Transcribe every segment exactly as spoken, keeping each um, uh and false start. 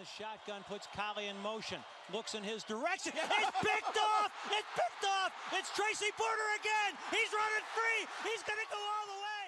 the shotgun, puts Collie in motion, looks in his direction. It's picked off! It's picked off! It's Tracy Porter again! He's running free! He's going to go all the way!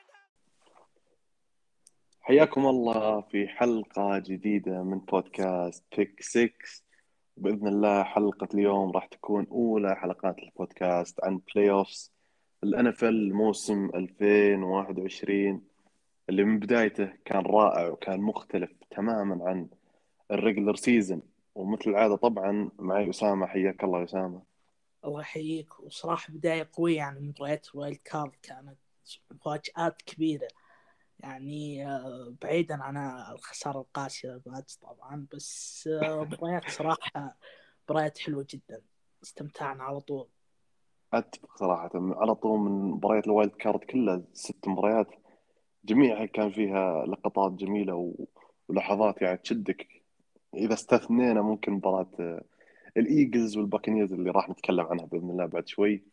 حياكم الله في حلقة جديدة من بودكاست بيك ستة. بإذن الله حلقة اليوم راح تكون أولى حلقات البودكاست عن بلاي أوفس الإن إف إل موسم ألفين وواحد وعشرين اللي من بدايته كان رائع وكان مختلف تماما عن الريجلر سيزن. ومثل العادة طبعا معي أسامة. حياك الله يا أسامة. الله يحييك. وصراحة بداية قوية، يعني مباريات وايلد كارد كانت مفاجآت كبيرة، يعني بعيدا عن الخسارة القاسية للباتس طبعا، بس مباريات صراحة مباريات حلوة جدا، استمتعنا على طول. أتفق صراحة على طول من مباريات الوايلد كارد كلها ست مباريات جميعها كان فيها لقطات جميلة و- ولحظات يعني تشدك. إذا استثنينا ممكن مباراة الإيجلز والباكنيرز اللي راح نتكلم عنها بإذن الله بعد شوي.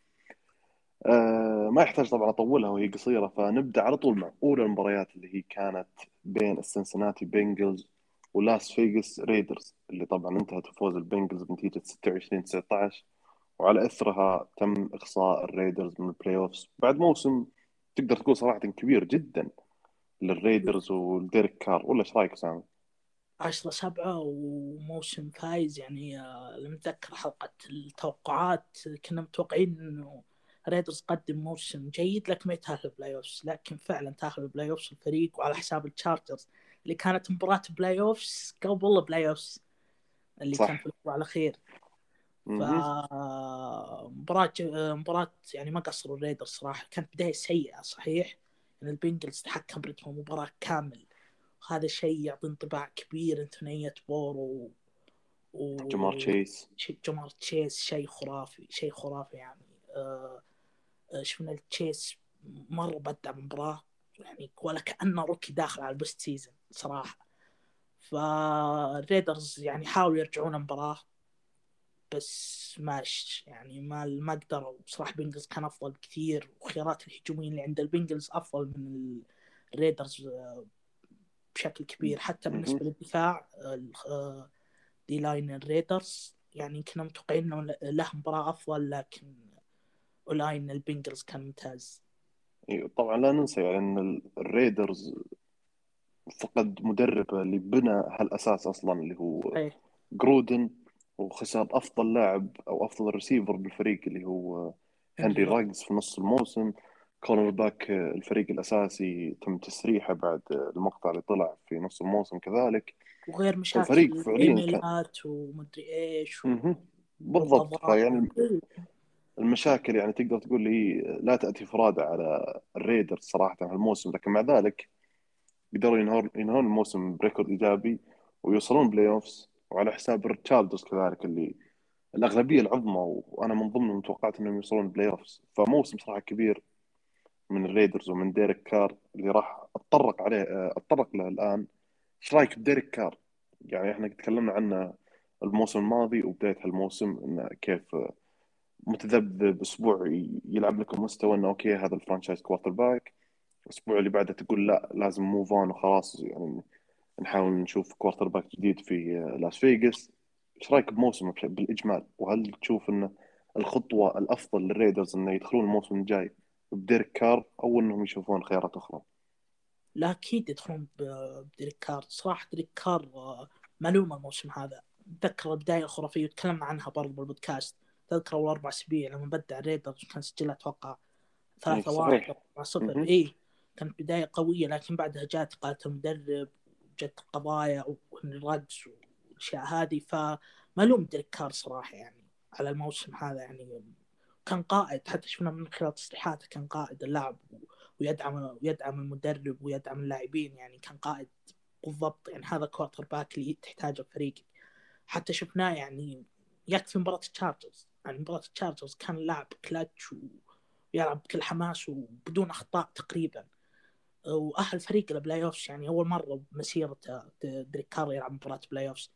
آه ما يحتاج طبعا أطولها وهي قصيرة، فنبدأ على طول مع أولى المباريات اللي هي كانت بين السنسناتي بينجلز ولاس فيغاس ريدرز، اللي طبعا انتهت بفوز البينجلز بنتيجة ستة وعشرين تسعة عشر، وعلى إثرها تم إقصاء الريدرز من البلاي أوفس بعد موسم تقدر تقول صراحة كبير جدا للريدرز والديريك كار. ولا ايش رايك سامي؟ عشرة سبعة وموسم فايز، يعني آه، لم أتذكر حلقة التوقعات كنا متوقعين إنه ريدرز قدم موسم جيد لكن ما يتأهل البلاي أوفس، لكن فعلا تأهل البلاي أوفس الفريق وعلى حساب التشارجرز اللي كانت مباراة بلاي أوفس قبل بلاي أوفس اللي صح. كان في الأسبوع الأخير. مهم. فمباراة مباراة يعني ما قصروا الريدرز صراحة، كانت بداية سيئة صحيح، يعني البنجلز تحكم برتم المباراة كامل، وهذا شيء يعطي انطباع كبير عن ثنائية بورو جمار و تشيس. جمار تشيس. شيء خرافي شيء خرافي يعني. آه آه، شفنا التشيس مرة بدع المباراة، يعني ولا كأنه روكي داخل على البست سيزن صراحة. فالريدرز يعني حاولوا يرجعون المباراة بس ماش يعني ما ما قدروا صراحة. بينجلز كان أفضل بكثير، وخيارات الهجومية اللي عند البنجلز أفضل من الريدرز بشكل كبير. حتى مهم. بالنسبة للدفاع دي لاين الريدرز يعني كنا متوقعين إنه له مباراة أفضل، لكن لاين البنجلز كان ممتاز. أيوة، طبعا لا ننسى يعني ان الريدرز فقد مدربه اللي بنى هالاساس اصلا اللي هو أيه. جرودن، وخسر افضل لاعب او افضل ريسيفر بالفريق اللي هو هنري هنري راج. راجز في نص الموسم. كورنر باك الفريق الاساسي تم تسريحه بعد المقطع اللي طلع في نص الموسم كذلك. وغير فالفريق مشاكل فعليا كان إيميلات ومدري إيش مهم. بالضبط. والقضاء. فيعني المشاكل يعني تقدر تقول لي لا تأتي فرادى على الريدرز صراحة هالموسم، لكن مع ذلك قدروا ينهون ينهون الموسم بريكورد إيجابي ويوصلون بلاي أوفس، وعلى حساب التشارجرز كذلك اللي الأغلبية العظمى وأنا من ضمنهم توقعت أنهم يوصلون بلاي أوفس. فموسم صراحة كبير من الريدرز ومن ديريك كار اللي راح أتطرق عليه أتطرق له الآن. إيش رأيك بديريك كار؟ يعني إحنا تكلمنا عنه الموسم الماضي وبداية هالموسم إنه كيف متذبذب، اسبوع يلعب لك مستوى انه اوكي هذا الفرانشايز كوارتر باك، الاسبوع اللي بعده تقول لا لازم موف اون وخلاص، يعني نحاول نشوف كوارتر باك جديد في لاس فيغاس. ايش رايك بموسمه بالاجمال؟ وهل تشوف انه الخطوه الافضل للريدرز انه يدخلون الموسم الجاي بديريك كار او انهم يشوفون خيارات اخرى؟ لا أكيد يدخلون بديريك كار صراحة. ديريك كار معلومة الموسم هذا. أتذكر البداية الخرافية وتكلمنا عنها برضو بالبودكاست. تذكر أول أربع أسابيع لما بدأ الريدرز كان سجله أتوقع اي ثلاثة واحد صحيح. أربعة صفر. مهم. إيه كانت بداية قوية، لكن بعدها جات قالة المدرب وجت قضايا والرقص والأشياء هذه. فمعلوم ديريك كار صراحة يعني على الموسم هذا، يعني كان قائد. حتى شفنا من خلال تصريحاته كان قائد اللعب ويدعم ويدعم المدرب ويدعم اللاعبين، يعني كان قائد بالضبط. يعني هذا كوارتر باك اللي تحتاجه فريقك. حتى شفناه يعني يكفي مباراة التشارجرز، يعني مباراة التشارجرز كان لاعب كلاتش ويلعب بكل حماس وبدون أخطاء تقريبا، وأهل فريق البلاي أوفس. يعني أول مرة بمسيرته ديريك كار يلعب مباراة بلاي أوفس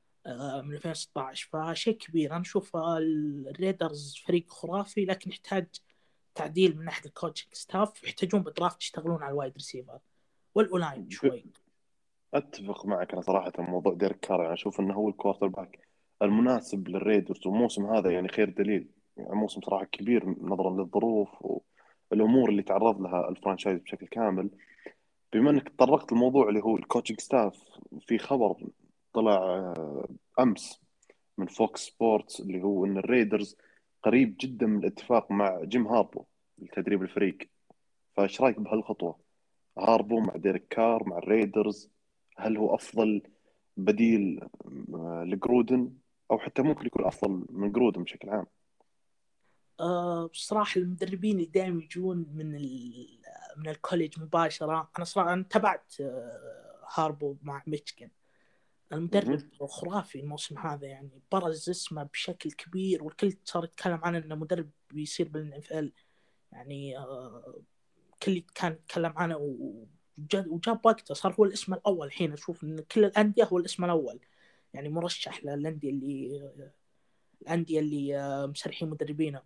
من ألفين وستة عشر، فشيء كبير. أنا أشوف الريدرز فريق خرافي، لكن يحتاج تعديل من ناحية الكوتشنج ستاف، ويحتاجون بدرافت يشتغلون على الوايد ريسيفر والأولاين شوي. اتفق معك انا صراحه موضوع ديريك كار، يعني اشوف انه هو الكوارتر باك المناسب للريدرز، والموسم هذا يعني خير دليل. يعني موسم صراحه كبير نظرا للظروف والامور اللي تعرض لها الفرانشايز بشكل كامل. بما انك تطرقت الموضوع اللي هو الكوتشنج ستاف، في خبر طلع آه، امس من فوكس سبورتس اللي هو ان الريدرز قريب جدا من الاتفاق مع جيم هاربو لتدريب الفريق. فايش رايك بهالخطوه؟ هاربو مع ديريك كار مع الريدرز، هل هو افضل بديل آه، لجرودن، او حتى ممكن يكون افضل من جرودن بشكل عام؟ أه بصراحة المدربين اللي دائما يجون من ال... من الكوليج مباشرة، أنا صراحة أنا تابعت أه هاربو مع ميشيغان. المدرب مهم. خرافي الموسم هذا، يعني برز اسمه بشكل كبير والكل صار يتكلم عنه انه مدرب بيصير بالان اف ال. يعني آه، كل كان يتكلم عنه وجاب وجاب وقته، صار هو الاسم الاول. الحين اشوف ان كل الانديه هو الاسم الاول، يعني مرشح للانديه اللي الانديه اللي آه، مسرحين مدربينهم.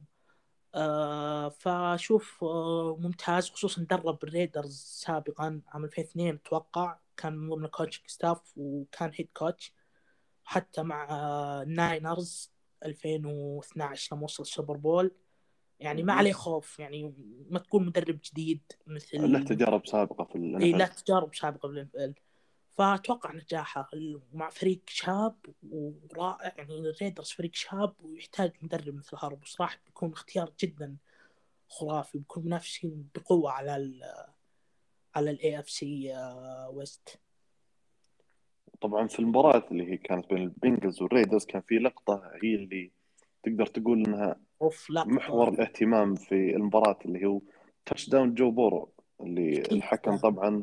آه فاشوف آه ممتاز، خصوصا درب الريدرز سابقا عام ألفين واثنين اتوقع، كان من ضمن الكوتشنج ستاف وكان هيد كوتش. حتى مع آه، الناينرز ألفين واثناشر لما وصل السوبر بول. يعني ما مهم. عليه خوف، يعني ما تكون مدرب جديد له مثل تجارب سابقه في اي، الان اف لا ال. تجارب سابقه بالان اف ال. فاتوقع نجاحه مع فريق شاب ورائع. يعني الريدرز فريق شاب ويحتاج مدرب مثل هارب، وصراحه بيكون اختيار جدا خرافي، بيكون منافسين بقوه على ال على الاي اف سي ويست. طبعا في المباراه اللي هي كانت بين البنجلز والريدرز كان في لقطه هي اللي تقدر تقول انها اوف محور لقطه. الاهتمام في المباراه، اللي هو تاتش داون جو بورو، اللي اكيد الحكم طبعا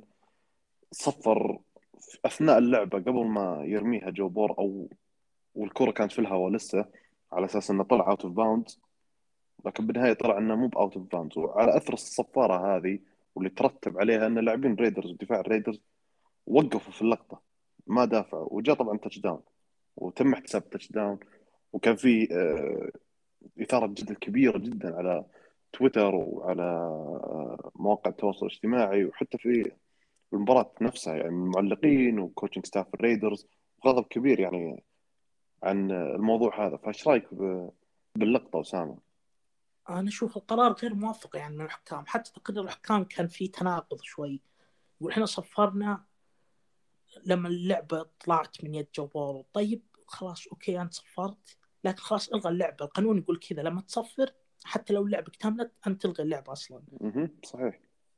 صفر في اثناء اللعبه قبل ما يرميها جو بور، او والكره كانت في الهواء لسه، على اساس انه طلع اوت اوف باوندز، لكن بالنهايه طلع انه مو باوت اوف باوندز. وعلى اثر الصفاره هذه واللي ترتب عليها ان لاعبين ريدرز ودفاع الريدرز وقفوا في اللقطه، ما دافعوا، وجاء طبعا تاتش داون وتم احتساب تاتش داون. وكان في آه، اثاره جدا كبيره جدا على تويتر وعلى آه، مواقع التواصل الاجتماعي، وحتى في المباراة نفسها، يعني من المعلقين وكوتشنج ستاف الريدرز، غضب كبير يعني عن الموضوع هذا. فايش رايك ب- باللقطة أسامة؟ انا اشوف القرار غير موفق يعني من الحكام، حتى تقرير الحكام كان فيه تناقض شوي. يقول احنا صفرنا لما اللعبه طلعت من يد جوبور. طيب خلاص اوكي انت صفرت، لكن خلاص الغى اللعبه. القانون يقول كذا، لما تصفر حتى لو اللعبه اكتملت انت تلغي اللعبه اصلا. مهم. صحيح.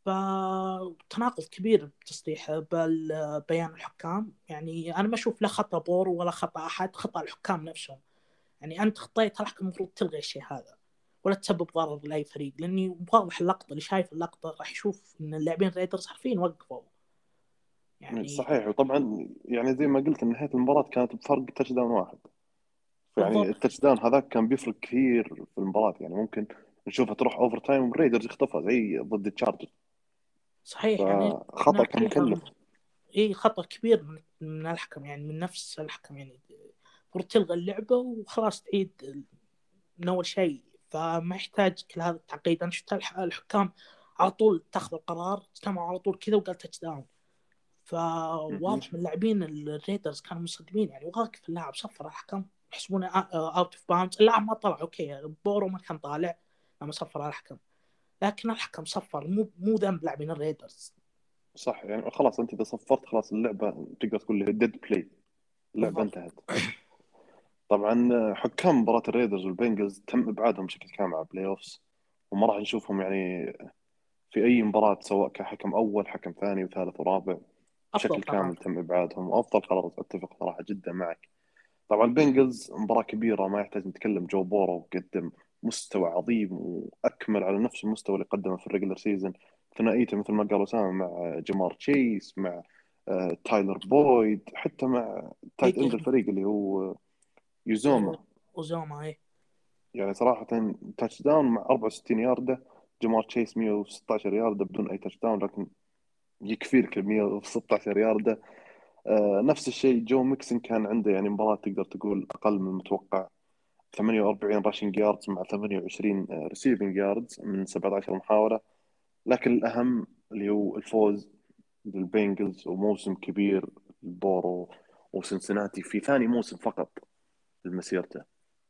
فتناقض كبير بتصريح بيان الحكام. يعني انا ما اشوف لا خطا بور ولا خطا احد، خطا الحكام نفسهم. يعني انت خطيت، الحكم المفروض تلغي الشيء هذا ولا تسبب ضرر لاي فريق. لاني واضح اللقطه، اللي شايف اللقطه راح يشوف ان اللاعبين ريدرز حرفيا وقفوا يعني. صحيح. وطبعا يعني زي ما قلت، نهاية المباراة كانت بفرق تاتش داون واحد، يعني بالضبط. التاتش داون هذاك كان بيفرق كثير في المباراة. يعني ممكن نشوفها تروح اوفر تايم والريدرز يخطفها زي ضد التشارجرز. صحيح يعني فخطأ شفنا كان فيها مكلف. اي خطأ كبير من, من الحكم، يعني من نفس الحكم. يعني المفروض تلغى اللعبة وخلاص تعيد من اول شيء، فما يحتاج كل هذا التعقيد. انا شفت الح- الحكام على طول تاخذ القرار، اجتمعوا على طول كذا وقال تاتش داون. مهم. فواضح من اللاعبين الريدرز كانوا منصدمين، يعني واقف اللاعب صفر، الحكم يحسبونه اوت اوف باوندز. اللاعب ما طلع اوكي، بورو ما كان طالع لما صفر على الحكم، لكن الحكم صفر. مو مو ذنب لاعبين الريدرز. صح، يعني خلاص انت اذا صفرت خلاص اللعبة تقدر تقول له ديد بلاي، اللعبة بالضبط. انتهت. طبعا حكام مباراة الريدرز والبنجلز تم ابعادهم بشكل كامل على البلاي اوفس، وما راح نشوفهم يعني في اي مباراة، سواء كحكم اول حكم ثاني وثالث ورابع، افضل بشكل قرار. كامل تم ابعادهم. وافضل قرار، اتفق صراحة جدا معك. طبعا البنجلز مباراة كبيرة ما يحتاج نتكلم، جو بورو قدم مستوى عظيم واكمل على نفس المستوى اللي قدمه في الريجلر سيزون. ثنائيته مثل ما قال اسامة مع جمار تشيس، مع آه، تايلر بويد، حتى مع تايت اند ايجن الفريق اللي هو يوزوما. وزوما اي. يعني صراحة تاتش داون مع أربعة وستين ياردة، جمار تشيس مية وستاشر ياردة بدون أي تاتش داون، لكن يكفيك ال مية وستاشر ياردة. آه نفس الشيء جو ميكسن كان عنده يعني مباراة تقدر تقول أقل من المتوقع، ثمانية وأربعين راشنج ياردز مع ثمانية وعشرين ريسيفنج ياردز من سبعة عشر محاولة. لكن الأهم اللي هو الفوز للبينجلز وموسم كبير البورو وسنسناتي في ثاني موسم فقط لمسيرته.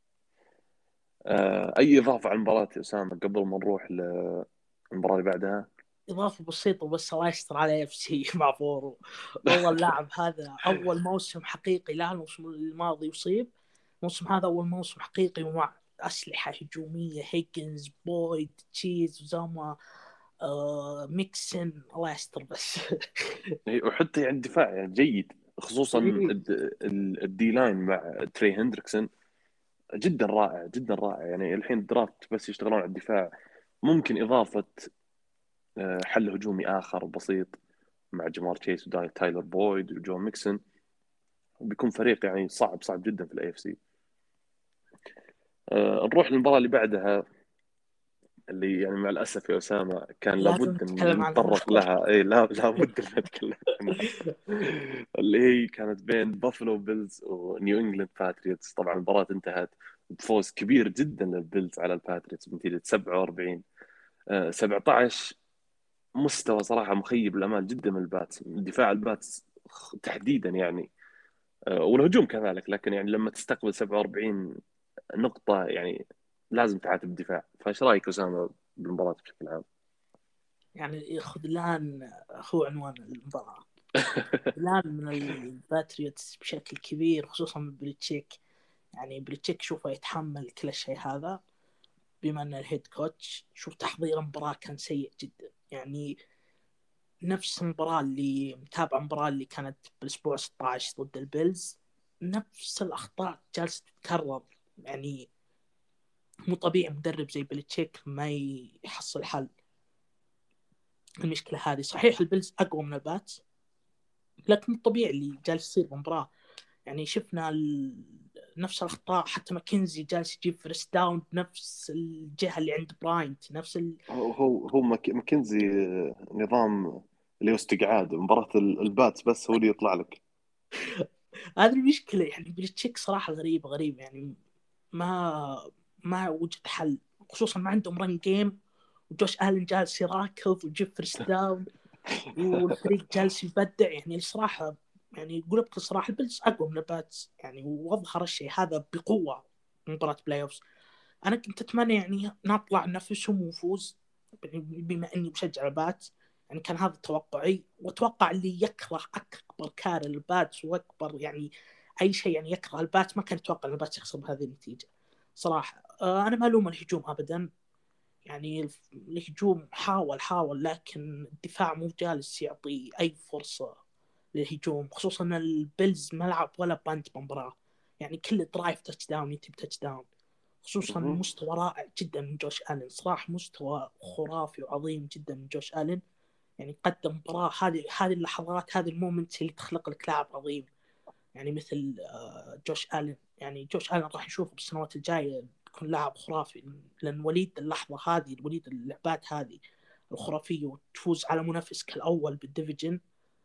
آه، أي إضافة على المباراة يا أسامة قبل ما نروح للمباراة اللي بعدها؟ إضافة بسيطة بس الله يستر على اف سي مع بورو. والله اللاعب هذا أول موسم حقيقي، لا الموسم الماضي يصيب، الموسم هذا أول موسم حقيقي ومع أسلحة هجومية، هيجنز، بويد، تشيز، زاما، آه، ميكسن، الله يستر بس. وحتى يعني الدفاع يعني جيد، خصوصا الد- ال- الدي لاين مع تري هندريكسون جدا رائع جدا رائع. يعني الحين الدرافت بس يشتغلون على الدفاع، ممكن إضافة آه، حل هجومي آخر بسيط مع جمار تشيس وتايلر بويد وجون ميكسون، بيكون فريق يعني صعب صعب جدا في الاي اف سي. آه، نروح للمباراة اللي بعدها، اللي يعني مع الأسف يا أسامة كان لازم لابد نتكلم أن عنها. نتطرق لها، أي لا لابد أن نتكلم عنها. اللي هي كانت بين بافلو بيلز ونيو إنجلاند باتريوتس. طبعا المباراة انتهت بفوز كبير جدا للبيلز على الباتريوتس بنتيجة سبعة وأربعين آه، سبعة عشر. مستوى صراحة مخيب الأمال جدا من الباتس، دفاع الباتس تحديدا يعني، آه، والهجوم كذلك. لكن يعني لما تستقبل سبعة وأربعين نقطة يعني لازم تعاتب الدفاع. فايش رايك أسامة بالمباراة بشكل عام؟ يعني خذلان هو عنوان المباراة. خذلان من الباتريوتس بشكل كبير، خصوصا من بليتشيك. يعني بليتشيك شوفه يتحمل كل الشيء هذا بما أن الهيد كوتش. شوف تحضير المباراة كان سيء جدا، يعني نفس المباراة اللي متابع، المباراة اللي كانت بالأسبوع ستة عشر ضد البيلز، نفس الأخطاء جالسة تتكرر. يعني مو طبيعي مدرب زي بليتشيك ما يحصل حل المشكلة هذه. صحيح البيلز أقوى من البات، لكن مو طبيعي اللي جالس يصير بالمباراة. يعني شفنا ال... نفس الأخطاء، حتى ماكنزي جالس يجيب فرست داون بنفس الجهة اللي عند براينت، نفس ال... هو هو هو ماك- ماكنزي آه، نظام اللي هو استقعاد مباراة ال- الباتس بس هو اللي يطلع لك. هذه المشكلة. يعني بليتشيك صراحة غريب غريب، يعني ما ما وجد حل، خصوصا ما عندهم رن جيم، وجوش آلن جالس يراكض ويجيب فرست داون، والفريق جالس يبدع. يعني الصراحة، يعني يقول لك الصراحة البيلز أقوى من الباتس، يعني واظهر الشيء هذا بقوة مباراة بلاي أوفز. أنا كنت أتمنى يعني نطلع نفسهم ونفوز بما إني مشجع البات. يعني كان هذا توقعي، وأتوقع اللي يكره أكبر كاره البات وأكبر يعني أي شيء يعني يكره البات ما كان يتوقع أن البات يخسر بهذه النتيجة صراحة. آه، أنا ما ألوم الهجوم أبدا، يعني الهجوم حاول حاول لكن الدفاع مو جالس يعطي أي فرصة للهجوم، خصوصا أن البيلز ما لعب ولا بانت بمباراة. يعني كل درايف تاتش داون يتب تاتش داون، خصوصا مهم. مستوى رائع جدا من جوش آلن. صراحة مستوى خرافي وعظيم جدا من جوش آلن. يعني قدم مباراة، هذه هذه اللحظات، هذه المومنت اللي تخلق لك لاعب عظيم، يعني مثل آه، جوش آلن. يعني جوش آلن راح نشوفه بالسنوات الجاية يكون لاعب خرافي، لأن وليد اللحظة هذه، وليد اللعبات هذه الخرافية، وتفوز على منافسك الأول بالديفيجن،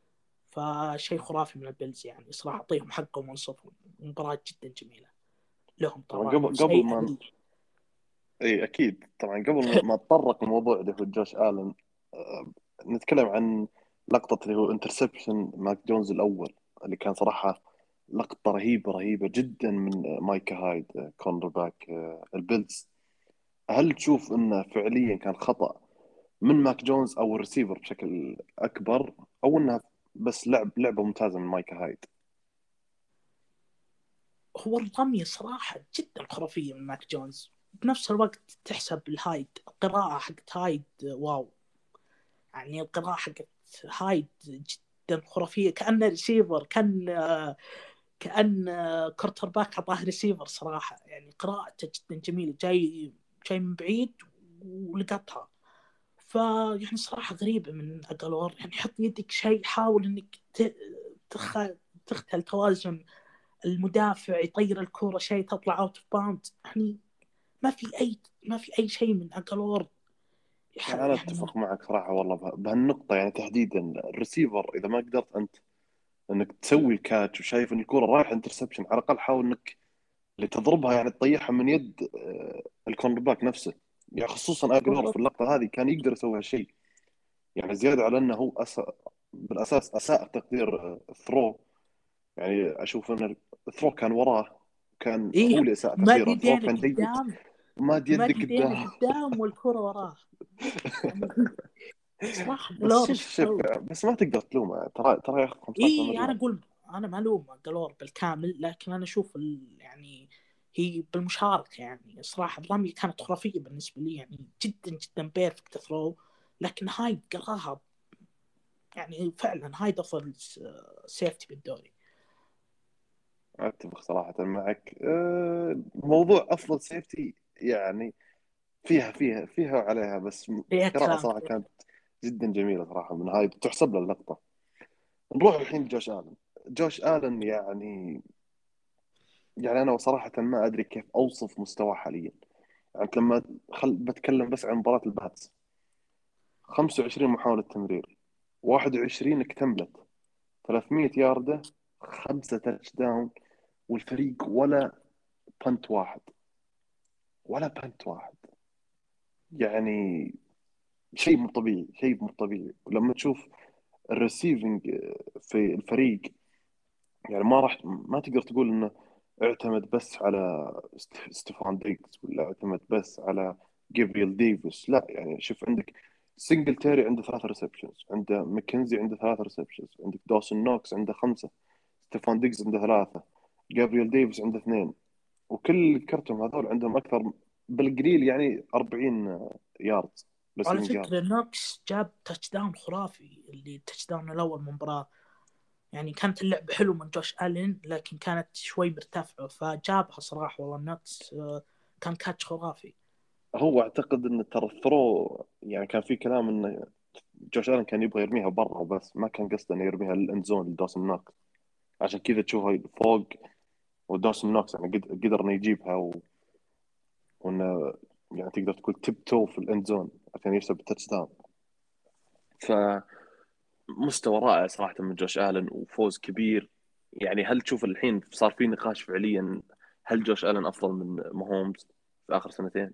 فشيء خرافي من البيلز. يعني صراحة أعطيهم حقهم وانصفهم، مباراة جدا جميلة لهم طبعا طبعا، قبل قبل وسيئة ما لي. اي اكيد طبعا قبل ما ما اتطرق الموضوع اللي هو جوش آلن، آه، نتكلم عن لقطة اللي هو انترسبشن ماك جونز الأول، اللي كان صراحة لقطة رهيبة رهيبة جدا من آه، مايكا هايد كورنر باك البيلز. هل تشوف انه فعليا كان خطأ من ماك جونز او الريسيفر بشكل اكبر، او انها بس لعب لعبة ممتازة من مايكا هايد؟ هو الرمية صراحة جدا خرافية من ماك جونز، بنفس الوقت تحسب الهايد، القراءة حقت هايد واو. يعني القراءة حقت هايد جدا خرافية، كأنه ريسيفر، كان كأن كورتر باك عطاه ريسيفر صراحة. يعني قراءته جدا جميلة، جاي جاي من بعيد ولقطها. فيعني صراحة غريبة من أجالور، يعني حط يدك شيء، حاول إنك تخ... تختل توازن المدافع، يطير الكرة شيء تطلع اوت اوف باوند. يعني ما في اي ما في اي شيء من اجالور. يعني انا يعني اتفق معك صراحة والله به- بهالنقطة. يعني تحديدا الريسيفر اذا ما قدرت انت انك تسوي الكاتش وشايف ان الكرة رايحة انترسبشن، على الاقل حاول انك اللي تضربها يعني تطيحها من يد آه، الكورنر باك نفسه. يعني خصوصا اجلور في بالضبط. اللقطة هذه كان يقدر يسوي هالشيء. يعني زيادة على انه هو أس... بالاساس اساء تقدير الثرو، يعني اشوف ان الثرو كان وراه، كان هو إيه اللي اساء مد تقديره، الثرو يدينه كان جيد، قدام، ما مد يدك يدينه قدام. قدام والكرة وراه يعني. صراحة بس جلور شوف إيش شوف يسوي؟ بس ما تقدر تلومه، ترى ترى ياخذ خمسة عشر إيه أنا مليون. أقول أنا ما ألوم جلور بالكامل، لكن أنا أشوف ال... يعني هي بالمشاركة يعني. صراحة الرمية كانت خرافية بالنسبة لي يعني، جدا جدا بيرفكت ثرو، لكن هاي قراها يعني فعلا هاي أفضل سيفتي بالدوري. اتفق صراحه معك. أه، موضوع افضل سيفتي يعني فيها فيها فيها وعليها، بس فيها قراءه كلام صراحه كثير. كانت جدا جميله صراحه، من هاي تحسب له اللقطه. نروح الحين جوش آلن. جوش آلن يعني يعني انا صراحه ما ادري كيف اوصف مستواه حاليا. يعني لما خل بتكلم بس عن مباراه الباتس، خمسة وعشرين محاوله تمرير، واحد وعشرين اكتملت، ثلاثمية ياردة، خمسة تاتش داون، والفريق ولا بنت واحد، ولا بنت واحد. يعني شيء مو طبيعي، شيء مو طبيعي. ولما تشوف الريسيفنج في الفريق، يعني ما راح ما تقدر تقول انه اعتمد بس على ست- ستيفان ديكس، ولا اعتمد بس على جابرييل ديفيس. لا، يعني شوف، عندك سنجل تيري عنده ثلاث ريسبشنز، عنده ماكنزي عنده ثلاث ريسبشنز، عندك دوسن نوكس عنده خمسة، ستيفان ديكس عنده ثلاثة، جابرييل ديفيس عنده اثنين، وكل كرتهم هذول عندهم اكثر بالقليل يعني أربعين يارد على ريسيفنج يارد. فكرة نوكس جاب تاتش داون خرافي، اللي التاتش داون الأول من المباراة يعني. كانت اللعبة حلوة من جوش آلين، لكن كانت شوي مرتفعة فجابها صراحة. والله نوكس آه، كان كاتش خرافي. هو اعتقد ان ترى الثرو، يعني كان في كلام انه جوش آلن كان يبغى يرميها برا، بس ما كان قصده انه يرميها للاند زون لدوسن نوكس، عشان كذا تشوفها فوق، ودوسن نوكس يعني قد- قدر انه يجيبها و... وانه يعني تقدر تقول تيب تو في الاند زون عشان يكسب التاتش داون. فمستوى رائع صراحة من جوش آلن، وفوز كبير. يعني هل تشوف الحين صار في نقاش فعليا، هل جوش آلن افضل من ماهومز في اخر سنتين؟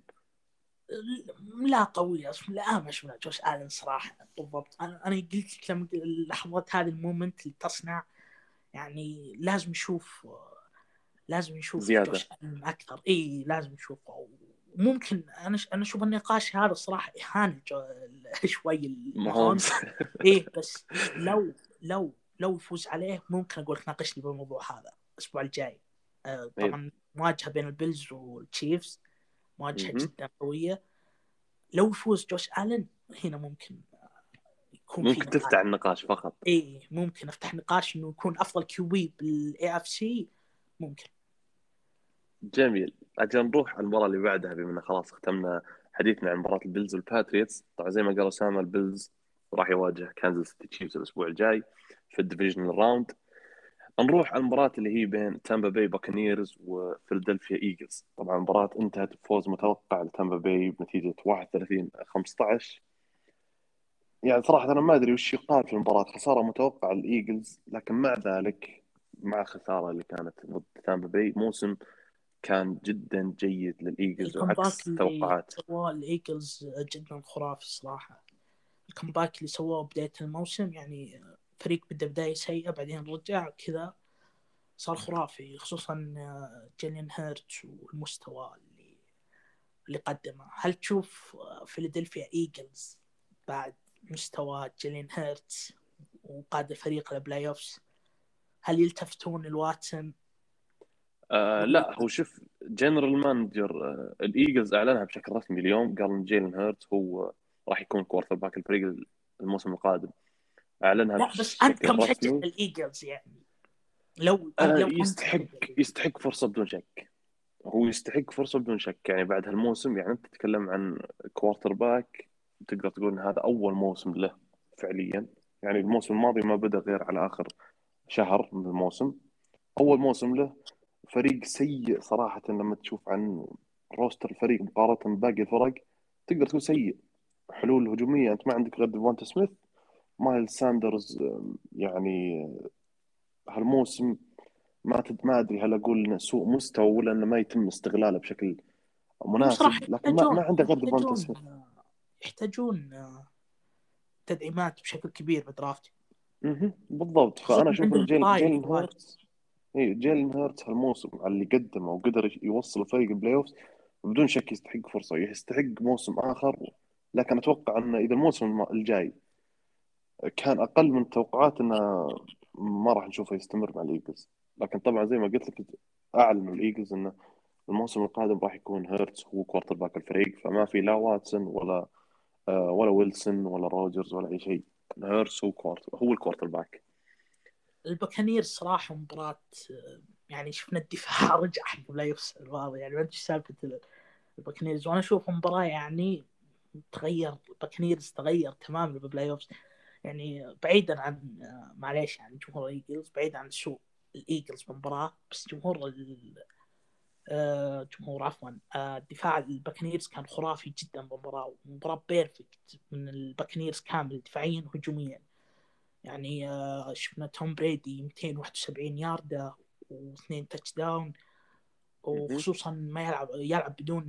لا قوية أصلا، لا ما شفنا جوش آلين صراحة بالضبط. أنا أنا قلت لك لما اللحظات هذه المومنت اللي تصنع يعني، لازم نشوف لازم نشوف زيادة. جوش آلين أكثر. إيه لازم نشوفه. ممكن أنا ش... أنا أشوف النقاش هذا صراحة إهانة جو... شوي ماهومز. المهومس. إيه بس لو لو لو يفوز عليه ممكن أقول لك ناقشني بالموضوع هذا الأسبوع الجاي. آه إيه. طبعا مواجهة بين البيلز والتشيفز، مواجهة مهم. جدا قوية. لو يفوز جوش آلن هنا ممكن يكون في ممكن نقاش. تفتح النقاش فقط. ايه ممكن افتح نقاش انه يكون افضل كيوبي بالاي اف سي ممكن. جميل. أجل نروح على المباراة اللي بعدها، بما أن خلاص ختمنا حديثنا عن مباراة البيلز والباتريتس. طبعا زي ما قال أسامة، البيلز راح يواجه كانزاس سيتي تشيفز الأسبوع الجاي في الديفيجنال راوند. نروح على المباراة اللي هي بين تامبا باي باكنيرز وفيلادلفيا إيجلز. طبعا المباراة انتهت بفوز متوقع لتامبا باي بنتيجة واحد وثلاثين خمسة عشر. يعني صراحة أنا ما أدري وش يقال في المباراة، خسارة متوقعة للإيجلز، لكن مع ذلك مع الخسارة اللي كانت ضد تامبا باي، موسم كان جدا جيد للإيجلز الكمباك وعكس اللي التوقعات. سواه الايجلز جدا خرافي صراحة. الكمباك اللي سواه بداية الموسم يعني، فريق بدا بداية سيئة بعدين رجع كذا صار خرافي، خصوصا جيلين هيرتس والمستوى اللي اللي قدمه. هل تشوف فيلادلفيا ايجلز بعد مستوى جيلين هيرتس وقاد الفريق للبلاي اوفس، هل يلتفتون لواتسون آه ولا؟ لا، هو شوف، جنرال مانجر آه الإيجلز أعلنها بشكل رسمي اليوم، قال إن جيلين هيرت هو راح يكون كوارتر باك الفريق الموسم القادم. أعلنها لا بس انت بشكل كمشجع رسمي. للايجلز يعني، لو آه لو انت يستحق مشجع للإيجلز. يستحق فرصة بدون شك. هو يستحق فرصة بدون شك. يعني بعد هالموسم، يعني أنت تتكلم عن كوارتر باك، تقدر تقول إن هذا أول موسم له فعليا. يعني الموسم الماضي ما بدأ غير على آخر شهر من الموسم. أول موسم له، فريق سيء صراحة. لما تشوف عن روستر الفريق مقارنة بباقي الفرق، تقدر تقول سيء. حلول هجومية أنت ما عندك غير ديفونتا سميث، مايل ساندرز. يعني هالموسم ما تد ما أدري هل أقول إنه سوء مستوى ولا إنه ما يتم استغلاله بشكل هم صراحة مناسب، لكن ما ما يحتاجون عنده غير ديفونتا يحتاجون سميث. يحتاجون تدعيمات بشكل كبير بالدرافت، مهم. بالضبط. فأنا خصوصا أشوف إن عندهم جيل طاير جيلين واجد. هيرتس اي جيلين هيرتس هالموسم على اللي قدمه وقدر يوصل الفريق البلاي اوف، بدون شك يستحق فرصة، يستحق موسم آخر. لكن أتوقع أن إذا الموسم الجاي كان أقل من التوقعات أنه ما راح نشوفه يستمر مع الإيجلز. لكن طبعا زي ما قلت لك، أعلنوا الإيجلز أنه الموسم القادم راح يكون هيرتس هو كوارتر باك الفريق، فما في لا واتسون ولا آه، ولا ويلسون ولا روجرز ولا أي شيء. هيرتس هو كوارتر هو الكوارتر باك. الباكانير صراحة مباراة يعني شفنا الدفاع رجع حق لا يفصل الواضح، يعني ما ادري سالفة الباكانيرز. وانا اشوف مباراة يعني تغير الباكانيرز، تغير تماما بالبلاي اوفز. يعني بعيدا عن معليش يعني جمهور الايجلز، بعيدا عن سوء الايجلز بالمباراة، بس جمهور ال... آه جمهور عفوا آه دفاع الباكانيرز كان خرافي جدا بالمباراة، مباراة بيرفكت من الباكانيرز كامل دفاعيا وهجوميا. يعني آه شفنا توم بريدي مئتين وواحد وسبعين ياردة واثنين تاتش داون، مهم. وخصوصا ما يلعب يلعب بدون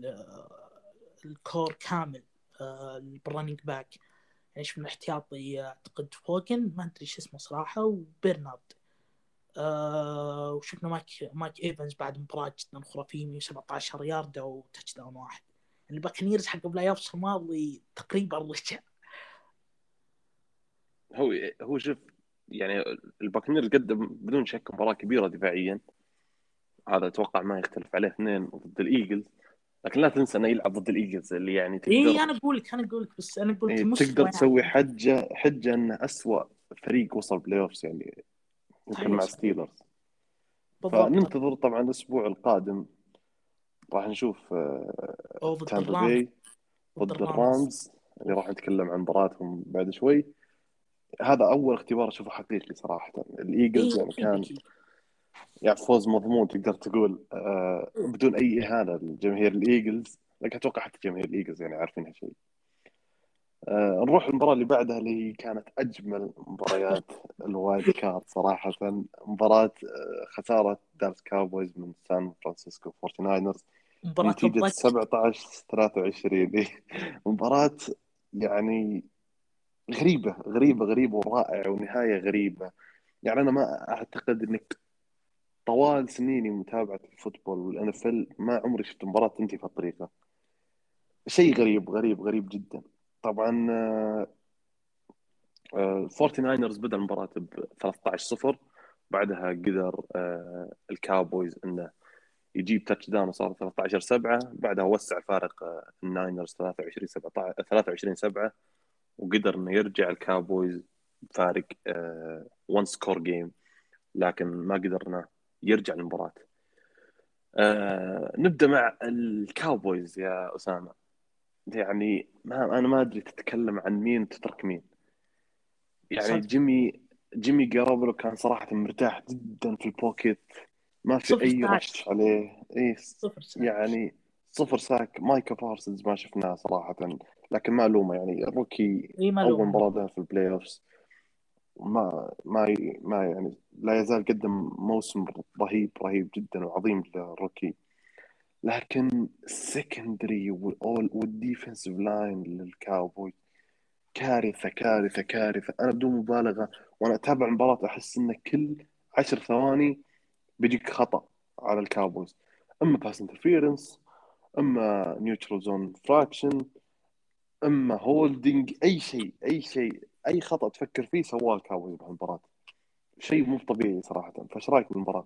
الكور كامل الرننج باك. يعني شفنا احتياطي اعتقد فوجن ما ادري ايش اسمه صراحه، وبرنارد. آه وشفنا مايك مايك ايفنز بعد مباراه جدا خرافيه مئة وسبعة عشر ياردة وتاتش داون واحد. يعني الباكنيرز حق بلاي اوفس الماضي تقريبا رجع. هو هو شوف، يعني الباكنيرز قدم بدون شك مباراة كبيرة دفاعيا، هذا اتوقع ما يختلف عليه اثنين ضد الايجلز. لكن لا تنسى انه يلعب ضد الايجلز اللي يعني اي تقدر انا اقول لك انا اقول لك بس انا قلت إيه تقدر المستوى تسوي يعني. حجه حجه انه اسوأ فريق وصل بلاي اوفز يعني، يمكن صحيح مع صحيح ستيلرز. بالضبط. فننتظر طبعا الاسبوع القادم، راح نشوف او ضد تامبا الرامز. باي ضد ضد الرامز. الرامز، اللي راح نتكلم عن مباراتهم بعد شوي. هذا اول اختبار اشوفه حقيقي صراحه. اي الايجلز يعني اكيد كان اكيد. يعني فوز مضمون تقدر تقول، آه، بدون اي اهانه لجماهير الايجلز، لكن اتوقع حتى جماهير الايجلز يعني عارفين هالشيء. آه، نروح المباراة اللي بعدها اللي هي كانت أجمل مباريات الوايلد كارد صراحة. مباراة آه، خسارة دارس كاوبويز من سان فرانسيسكو فورتي ناينرز مباراة بنتيجة الضج. سبعة عشر ثلاثة وعشرين. مباراة يعني غريبة غريبة غريبة ورائعة ونهاية غريبة. يعني أنا ما أعتقد إنك طوال سنيني متابعة الفوتبول والان اف ال ما عمري شفت مباراة تنتهي في الطريقة. شيء غريب غريب غريب جدا. طبعا آه، فورتي ناينرز بدأ المباراة ب ثلاثة عشر صفر، بعدها قدر آه، الكاوبويز انه يجيب تاتش داون وصار ثلاثة عشر سبعة، بعدها وسع فارق آه، الناينرز ثلاثة وعشرين سبعة ثلاثة وعشرين سبعة، وقدر انه يرجع الكاوبويز فارق وان سكور جيم، لكن ما قدرنا يرجع المباراة. آه، نبدأ مع الكاوبويز يا أسامة. يعني ما أنا ما أدري تتكلم عن مين تترك مين. يعني صدق. جيمي جيمي جارابلو كان صراحة مرتاح جدا في البوكيت، ما في صفر أي ساعات. رش عليه. إيه صفر ساعات. يعني صفر ساك. مايكا بارسنز ما شفناه صراحة، لكن ما ألومه يعني الروكي، اي أول معلومة. مباراة له في البلاي أوفس. ما ما ما يعني لا يزال قدم موسم رهيب رهيب جدا وعظيم للروكي. لكن السكندري والديفنسيف لاين للكاوبوي كارثة كارثة كارثة. أنا بدون مبالغة وأنا أتابع المباراة أحس إن كل عشر ثواني بيجيك خطأ على الكاوبويز، إما باس انترفيرنس، إما نيوترال زون فراكشن، إما هولدنج. أي شيء أي شيء أي خطأ تفكر فيه سواه الكاوبويز بهالمباراة. شيء مو طبيعي صراحة. فايش رايك بالمباراة؟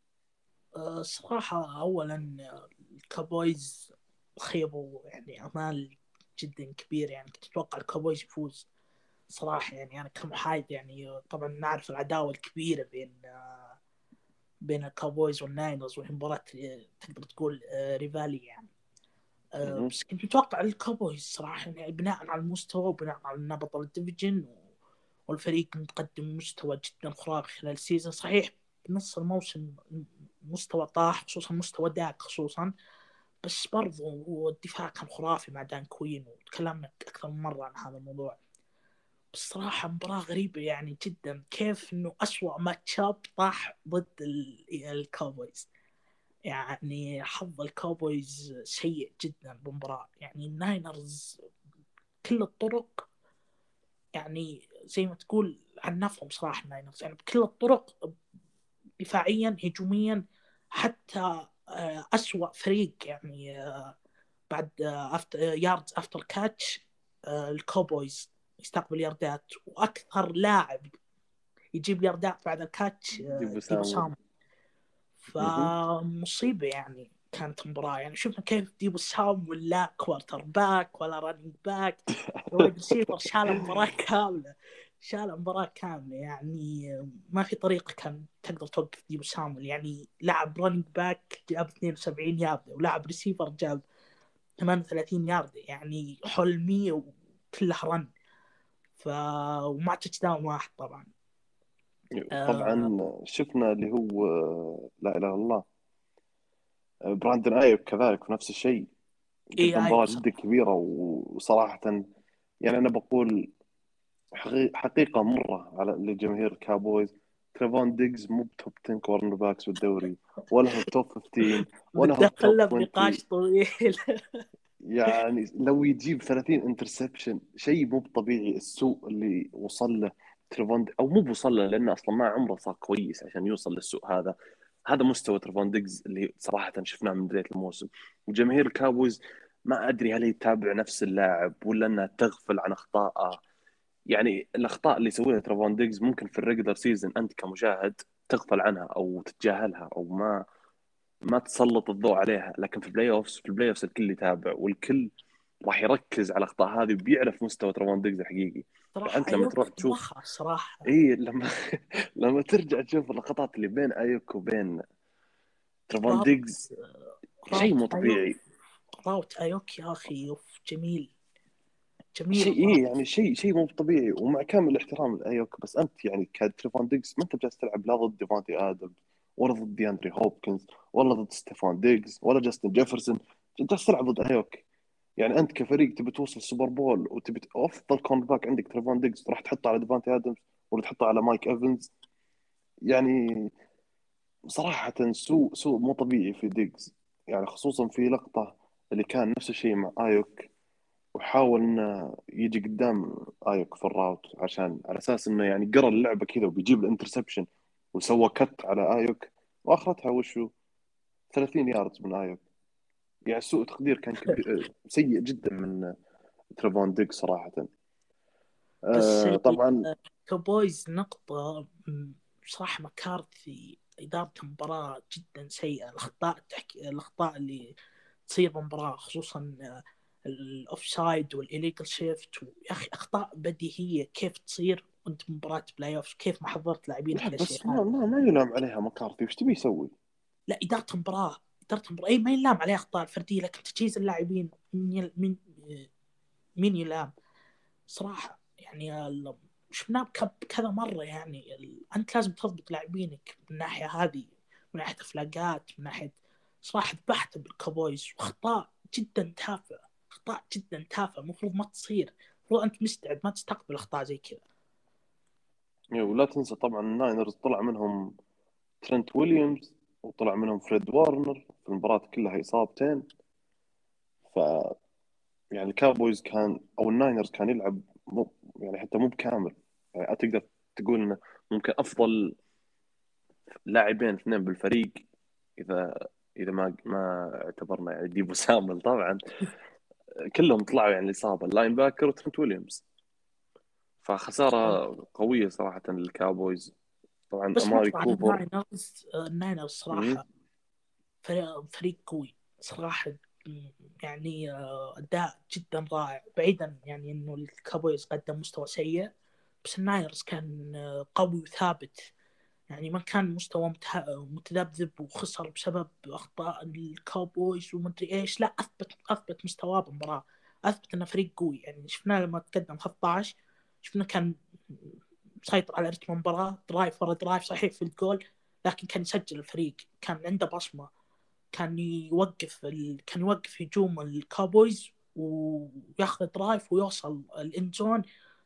أه صراحة أولا الكابويز خيبوا يعني أمال جدا كبير. يعني كنت أتوقع الكابويز يفوز صراحة. يعني أنا كمحايد يعني طبعا نعرف العداوة الكبيرة بين آه، بين الكابويز والناينرز، وهي مباراة آه، تقدر تقول آه، ريفالي يعني. أه مهم. بس كنت متوقع الكابويز صراحة يعني بناء على المستوى وبناء على إنه بطل الديفيجن، والفريق مقدم مستوى جدا خرافي خلال السيزون. صحيح بنص الموسم مستوى طاح، خصوصا مستوى داك خصوصا، بس برضو الدفاع كان خرافي مع دان كوين، وتكلمنا أكثر من مرة عن هذا الموضوع. بصراحة مباراة غريبة يعني جدا، كيف إنه أسوأ ماتشاب طاح ضد الكاوبويز. يعني حظ الكاوبويز سيء جدا بالمباراة. يعني الناينرز كل الطرق يعني زي ما تقول عنفهم صراحة الناينرز، يعني بكل الطرق دفاعيا هجوميا، حتى أسوأ فريق يعني بعد أفتر ياردز أفتر كاتش الكوبويز يستقبل ياردات، وأكثر لاعب يجيب ياردات بعد الكاتش ديبو سامويل. فمصيبة يعني كانت المباراة. يعني شفنا كيف ديبو سامويل لا كوارتر باك ولا رانينج باك، وايد ريسيفر شال المباراة كاملة، شال المباراة كاملة. يعني ما في طريقة كان تقدر توقف ديبو سامويل. يعني لاعب رانينج باك جاب اثنين وسبعين ياردة، ولاعب ريسيفر جاب ثمانية وثلاثين ياردة، يعني حلمية وكلها رن. ف ومع تاتش داون واحد طبعا. طبعا شفنا اللي هو لا اله الا الله براندن ايوب كذلك في نفس الشيء، قدم مباراة جدا كبيرة. وصراحة يعني أنا بقول حقيقة مرة على لجماهير الكابويز، تريفون ديجز مو بتوب عشرة كورنر باكس بالدوري، ولا هو توب خمستاشر، ولا هو توب عشرين. بنقاش طويل. يعني لو يجيب ثلاثين انترسبشن شيء مو طبيعي. السوء اللي وصل له تريفون، او مو بوصل له لانه اصلا ما عمره صار كويس عشان يوصل للسوء هذا. هذا مستوى تريفون ديجز اللي صراحة شفناه من بداية الموسم. وجماهير الكابويز ما ادري هل يتابع نفس اللاعب ولا انها تغفل عن اخطائه. يعني الاخطاء اللي يسويها تريفون ديجز ممكن في الريجلر سيزون انت كمشاهد تغفل عنها او تتجاهلها او ما ما تسلط الضوء عليها، لكن في البلاي اوفز في البلاي اوفز الكل يتابع والكل راح يركز على الاخطاء هذه وبيعرف مستوى تريفون ديجز الحقيقي. فانت لما تروح تشوف صراحه اي لما لما ترجع تشوف اللقطات اللي بين ايوك وبين تريفون ديجز شيء مو طبيعي. راوت ايوك يا اخي جميل جميل شيء إيه يعني شيء شيء مو طبيعي. ومع كامل الاحترام لايوك، بس انت يعني كتريفون ديجز ما انت جالس تلعب لا ضد ديفونتي ادمز ولا ضد دياندري هوبكنز ولا ضد ستيفان ديجز ولا جاستن جيفرسون، انت جالس تلعب ضد ايوك. يعني انت كفريق تبي توصل السوبر بول وتبي افضل كورنر باك عندك تريفون ديجز، راح تحطه على ديفونتي ادمز ولا تحطه على مايك ايفنز؟ يعني صراحة سوء سوء مو طبيعي في ديجز. يعني خصوصا في لقطة اللي كان نفس الشيء مع ايوك، وحاول انه يجي قدام ايوك في الراوت عشان على اساس انه يعني قرا اللعبه كذا وبيجيب الانترسبشن، وسوى كت على ايوك واخرتها وشو ثلاثين يارد من ايوك. يعني سوء تقدير كان كبير سيء جدا من تريفون ديك صراحه. بس آه طبعا كوبويز نقطه بصراحه مكارثي إدارة المباراة جدا سيئة. الأخطاء تحكي الأخطاء اللي تصير بالمباراة، خصوصا الأوفسايد والإليجل شيفت، يا أخي أخطاء بديهية كيف تصير وأنت مباراة بلاي أوف؟ كيف ما حضرت لاعبينك الأشياء بس ما, ما ما يلام عليها مكارثي، وش تبي يسوي؟ لا إدارة المباراة إدارة المباراة أي ما يلام عليها أخطاء الفردية، لكن تجهيز اللاعبين من من مين يلام صراحة. يعني شفناه كذا مرة. يعني أنت لازم تضبط لاعبينك من الناحية هذه، من ناحية أفلاقات، من ناحية صراحة ذبحت بالكابويز. وأخطاء جدا تافهة، أخطاء جدا تافهة المفروض ما تصير. المفروض أنت مستعد ما تستقبل أخطاء زي كذا. ولا تنسى طبعا الناينرز طلع منهم ترنت ويليامز وطلع منهم فريد وارنر في المباراة كلها إصابتين. ف يعني الكاوبويز كان او الناينرز كان يلعب مو يعني حتى مو بكامل. يعني تقدر تقول انه ممكن افضل لاعبين اثنين بالفريق اذا اذا ما ما اعتبرنا يعني ديبو سامل طبعا كلهم طلعوا يعني الاصابه، اللاين باكر وترنت ويليامز. فخساره قويه صراحه للكاوبويز. طبعا بس اماري نطلع عن كوبر. الناينرز. الناينرز صراحة فريق فريق قوي صراحة. يعني أداء جدا رائع، بعيدا يعني إنه الكابويز قدم مستوى سيء، بس النايرز كان قوي وثابت. يعني ما كان مستوى متذبذب وخسر بسبب أخطاء الكاوبويز ومدري إيش. لا، أثبت أثبت مستواه بالمباراة، أثبت إنه فريق قوي. يعني شفناه لما تقدم خمسة عشر، شفنا كان مسيطر على رتم المباراة، درايف ورا درايف، صحيح في الجول لكن كان يسجل الفريق، كان عنده بصمة، كان يوقف ال... كان يوقف هجوم الكاوبويز وياخذ درايف ويوصل الانزون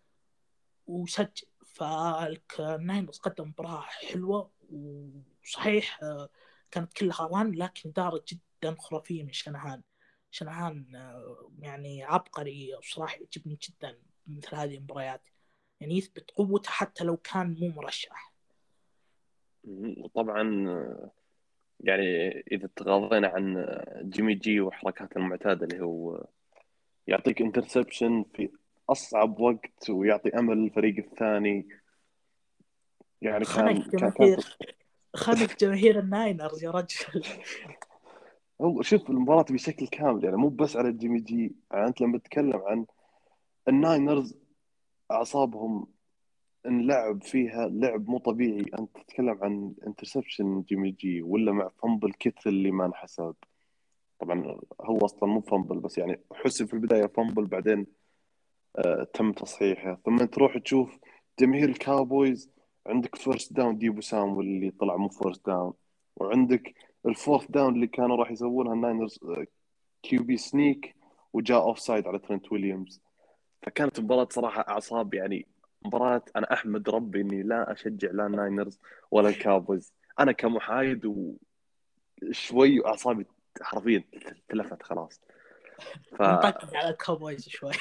وسجل. فالناينرز قدم مباراة حلوة وصحيح كانت كلها ران، لكن إدارة جدا خرافية من شنهان. شنهان يعني عبقري وصراحة يعجبني جدا مثل هذه المباريات. يعني يثبت قوته حتى لو كان مو مرشح. وطبعا يعني إذا تغاضينا عن جيمي جي وحركاته المعتادة اللي هو يعطيك انترسبشن في أصعب وقت ويعطي أمل للفريق الثاني، يعني كان خنق كان كانت جماهير خنق جماهير الناينرز يا رجل. هو شوف المباراة بشكل كامل، يعني مو بس على جيمي جي، يعني أنت لما تتكلم عن الناينرز أعصابهم انلعب فيها لعب مو طبيعي. أنت تتكلم عن انترسبشن جيمي جي ولا مع فامبل كيتل اللي ما انحسب. طبعا هو اصلا مو فامبل، بس يعني حسب في البدايه فامبل، بعدين آه تم تصحيحه. ثم تروح تشوف جماهير الكاوبويز، عندك فيرست داون ديبو سامويل اللي طلع مو فيرست داون، وعندك الفورث داون اللي كانوا راح يسوونها الناينرز كيو بي سنيك وجاء اوف سايد على ترنت ويليامز. فكانت مباراة صراحة أعصاب، يعني مباراة أنا أحمد ربي إني لا أشجع لا الناينرز ولا الكاوبويز. أنا كمحايد وشوي وأعصابي حرفيا تلفت خلاص. ف نطقطق على الكاوبويز شوي.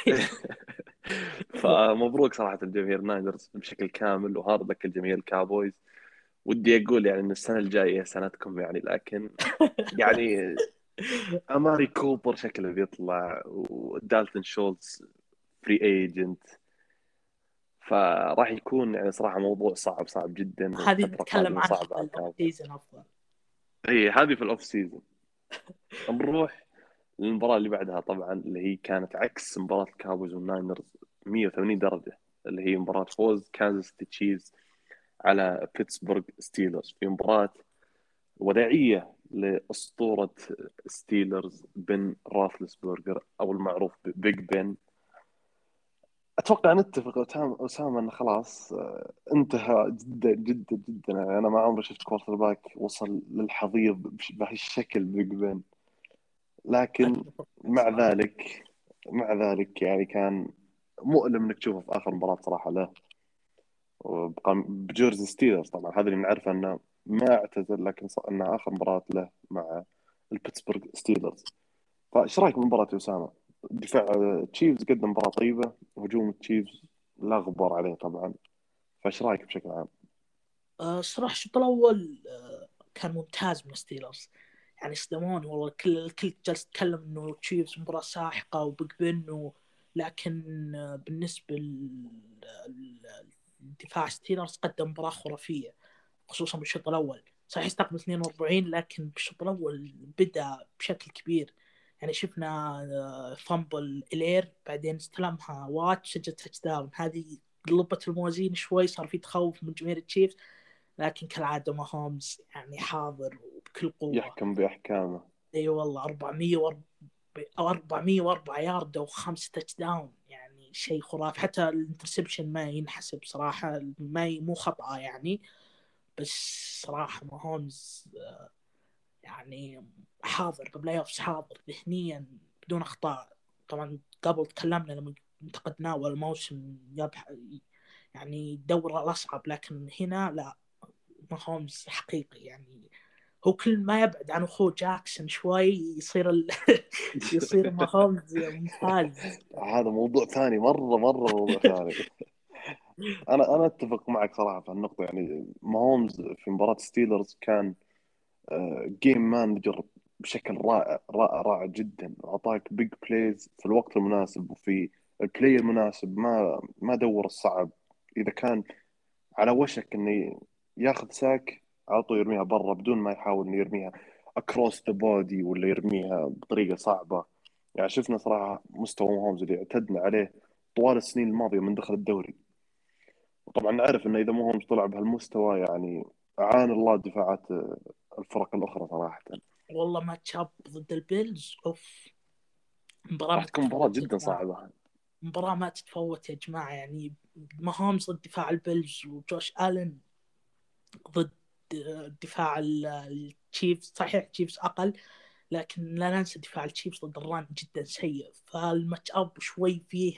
فمبروك صراحة الجماهير ناينرز بشكل كامل، وهارد لك الجماهير الكاوبويز. ودي أقول يعني إن السنة الجاية سنتكم يعني، لكن يعني أماري كوبر شكله بيطلع، ودالتون شولتز فري ايجنت، فراح يكون يعني صراحة موضوع صعب صعب جدا، هذه وفترة نتكلم قادمة عنها صعبة في على الأوف الكاوبويز. سيزون أفضل. هي هذه في الأوف سيزون. نروح للمباراة اللي بعدها طبعا، اللي هي كانت عكس مباراة الكاوبويز والناينرز مية وثمانين درجة، اللي هي مباراة فوز كانزاس سيتي تشيفز على بيتسبورغ ستيلرز، في مباراة وداعية لأسطورة ستيلرز بن رافلسبرغر، أو المعروف بيج بن. أتوقع نتفق أسامة أنه خلاص آه، انتهى جدا جدا جدا. يعني أنا ما عمري شفت كوارتر باك وصل للحضيض بش- بهالشكل بيج بن. لكن أتفق مع صراحة. ذلك مع ذلك يعني كان مؤلم انك تشوفه في اخر مباراه صراحه له، وبقى بجيرزي ستيلرز. طبعا هذا اللي نعرفه انه ما اعتزل، لكن ص- انها اخر مباراه له مع البيتسبورغ ستيلرز. فايش رايك بالمباراه يا اسامه؟ دفاع تشيفز قدم مباراه طيبه، هجوم تشيفز لا غبار عليه طبعا. فايش رايك بشكل عام؟ أه صراحة الشوط الأول أه كان ممتاز من ستيلرز. يعني صدموني والله. الكل الكل جالس يتكلم إنه تشيفز مباراة ساحقة وبيج بن و... لكن آه، بالنسبة لدفاع ستيلرز قدم مباراة خرافية، خصوصا بالشوط الأول. صحيح استقبل اثنين وأربعين، لكن بالشوط الأول بدأ بشكل كبير. يعني شفنا آه، فامبل إلير، بعدين استلمها وات، سجل تاتش داون. هذه قلبت الموازين شوي، صار في تخوف من جماهير التشيفز. لكن كالعادة ما هومز يعني حاضر وبكل قوة. يحكم باحكامه. اي والله أربعمية وأربعة أو أربعمية وأربعة يارد وخمس تاتش داون، يعني شيء خرافي. حتى الانترسبشن ما ينحسب صراحة، ما ي... مو خطأ يعني. بس صراحة ما هومز يعني حاضر ببلاي اوفس، حاضر ذهنيا بدون اخطاء. طبعا قبل تكلمنا لما انتقدناه اول موسم يبح يعني الدورة الاصعب، لكن هنا لا، ما هومز حقيقي يعني. هو كل ما يبعد عن اخوه جاكسون شوي يصير ال... يصير ما هومز ممتاز. هذا موضوع ثاني، مره مره موضوع ثاني. انا انا اتفق معك صراحه في النقطه. يعني ماهومز في مباراه ستيلرز كان جيم مانجر بشكل رائع رائع رائع جدا. اعطاك بيج بلايز في الوقت المناسب وفي البلاي المناسب. ما ما دور الصعب. اذا كان على وشك انه ياخذ ساك، على طول يرميها برا بدون ما يحاول انه يرميها اكروس ذا بودي ولا يرميها بطريقه صعبه. يعني شفنا صراحه مستوى ماهومز اللي اعتدنا عليه طوال السنين الماضيه من دخل الدوري. وطبعا نعرف انه اذا ماهومز طلع بهالمستوى يعني اعان الله دفاعات الفرق الاخرى صراحه. والله ما تشاب ضد البيلز اوف، مباراة راح ما تكون مباراة تتفوت يا جدا جماعة. صعبة. مباراة ما تتفوت يا جماعة. يعني ما هومز ضد دفاع البيلز، وجوش آلن ضد دفاع التشيفز. صحيح التشيفز أقل، لكن لا ننسى دفاع التشيفز ضد الران جدا سيء. فالماتش أب شوي فيه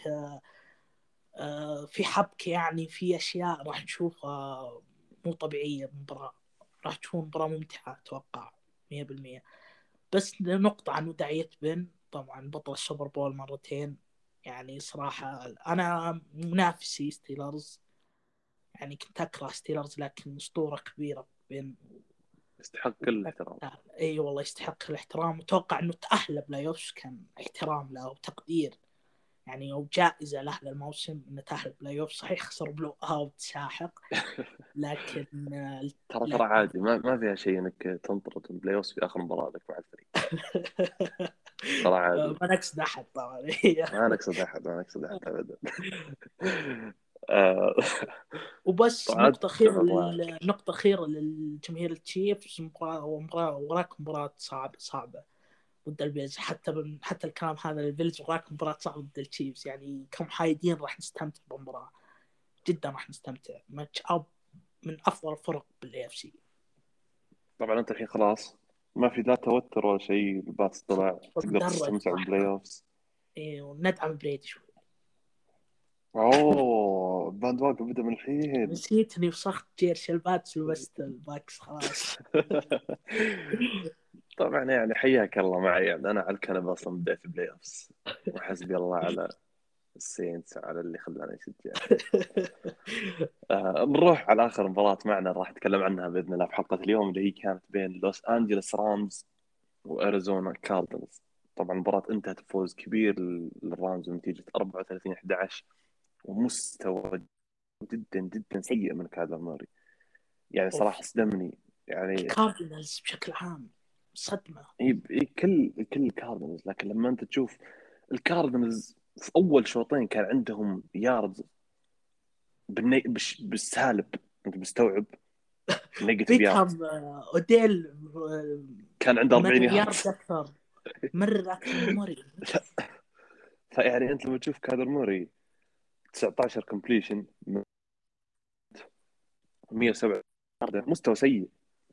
آه، في حبكة، يعني في أشياء راح نشوفها مو طبيعية بالمباراة. راح تكون مباراة ممتعة أتوقع مية بالمية. بس نقطة عن وداعية بن، طبعا بطل السوبر بول مرتين. يعني صراحة أنا منافسي ستيلرز، يعني كنت أكره ستيلرز، لكن أسطورة كبيرة بين يستحق كل الاحترام. اي والله يستحق الاحترام. وتوقع انه تأهل بلاي اوفس كان احترام له وتقدير يعني، او جائزه له للموسم انه تأهل بلاي اوفس. صحيح خسر بلو اوت ساحق لكن ترى ترى عادي، ما ما فيها شيء انك تنطرد من بلاي اوفس في اخر مباراه لك مع الفريق. ترى عادي، ما نقصد احد طبعا. ما نقصد احد ما نقصد احد ابدا. آه، وبس طبعاً نقطة أخيرة أتفق معك. لل- نقطة أخيرة للجماهير التشيفز. مباراة ومباراة وراك مباراة صعبة صعبة ضد البيلز. حتى بن... حتى الكلام هذا البيلز وراك مباراة صعبة ضد التشيفز، يعني كمحايدين راح نستمتع بالمباراة جدا، راح نستمتع. ماتش أب من أفضل الفرق بالإي إف سي. طبعا انت الحين خلاص ما في لا توتر ولا شيء، الباص طلع تقدر درج تستمتع بالبلاي اوفز. إيه، وندعم بريدي شوي. اوه باند واقع بدا من الحين. نسيت اني وسخت جيرش الباتس ولبست الباكس خلاص. طبعا يعني حياك الله معي، يعني انا على الكنبه اصلا بديت بلاي اوفز، وحسبي الله على السينتس على اللي خلاني اشجع. آه نروح على اخر مباراه معنا راح نتكلم عنها باذن الله في حلقه اليوم، اللي هي كانت بين لوس انجلوس رامز واريزونا كاردينالز. طبعا المباراه انتهت بفوز كبير للرامز بنتيجه أربعة وثلاثين أحد عشر، ومستوى جدا جدا سيء من كايلر موري. يعني صراحه صدمني يعني. الكاردينالز بشكل عام صدمة. هي كل كل الكاردينالز، لكن لما انت تشوف الكاردينالز في اول شوطين كان عندهم ياردز بالني... بش... بالسالب، انت مستوعب نيجاتيف يارد. بيكهام آه، اوديل آه، كان عنده أربعين مرر يارد يارد اكثر، مرر اكثر من موري. فيعني انت لما تشوف كايلر موري تسعة عشر كومبليشن مية وسبعة يارد، مستوى سيء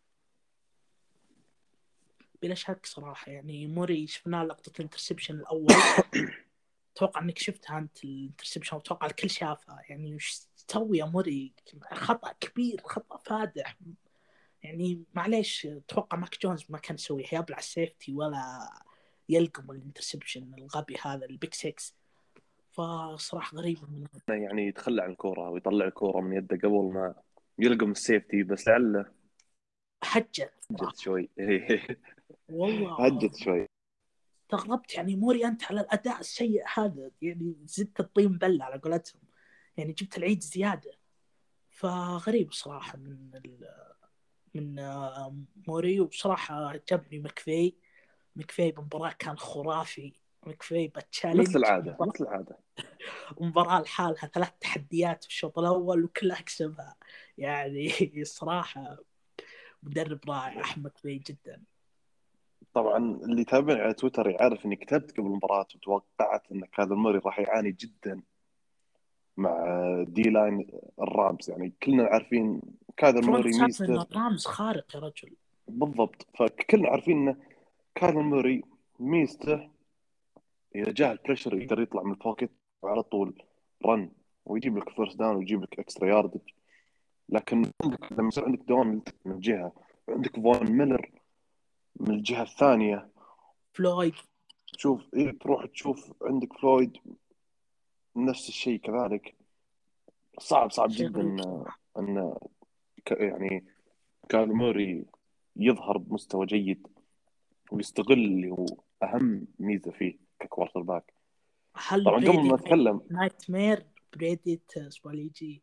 بلا شك صراحة. يعني موري شفنا لقطة الانترسبشن الأول، أتوقع أنك شفتها أنت الانترسبشن، وأتوقع الكل شافها. يعني وش تسوي يا موري؟ خطأ كبير، خطأ فادح. يعني معليش، أتوقع ماك جونز ما كان يسوي يبلع السيفتي ولا يلقم الانترسبشن الغبي هذا البيك سكس. فصراحة غريبة من يعني يتخلى عن الكوره ويطلع الكوره من يده قبل ما يلقم السيفتي، بس لعله حجة هجت شوي. والله. هجت شوي. استغربت يعني موري أنت على الأداء السيء هذا، يعني زدت الطين بلة على قولتهم، يعني جبت العيد زيادة. فغريب صراحة من ال... من موري. وبصراحة عجبني مكفي. مكفي بمباراة كان خرافي. مكفي بتشالنج مثل العاده مثل العاده. مباراة لحالها ثلاث تحديات في الشوط الأول وكلها كسبها. يعني صراحة مدرب رائع أحمد مكفي جدا. طبعا اللي يتابعني على تويتر يعرف اني كتبت قبل المباراه وتوقعت ان كايلر موري راح يعاني جدا مع دي لاين الرامز. يعني كلنا عارفين كايلر موري فرونت سافن ميزته الرامز خارق يا رجل. بالضبط، فكلنا عارفين ان كايلر موري ميزته اذا جاء البريشر يقدر يطلع من البوكيت وعلى طول رن ويجيب لك فيرست داون ويجيب لك اكسترا ياردج. لكن عندك لما يصير عندك دوام من جهه وعندك فون ميلر من الجهه الثانيه، فلويد تشوف إيه تروح تشوف عندك فلويد نفس الشيء كذلك. صعب صعب شيء جدا غريب ان صراحة. ان ك- يعني كايلر موري يظهر بمستوى جيد ويستغل اللي هو اهم ميزه فيه ككوارتر باك. هل طبعا قبل بريدي ما اتكلم نايت مير بريدي سواليجي؟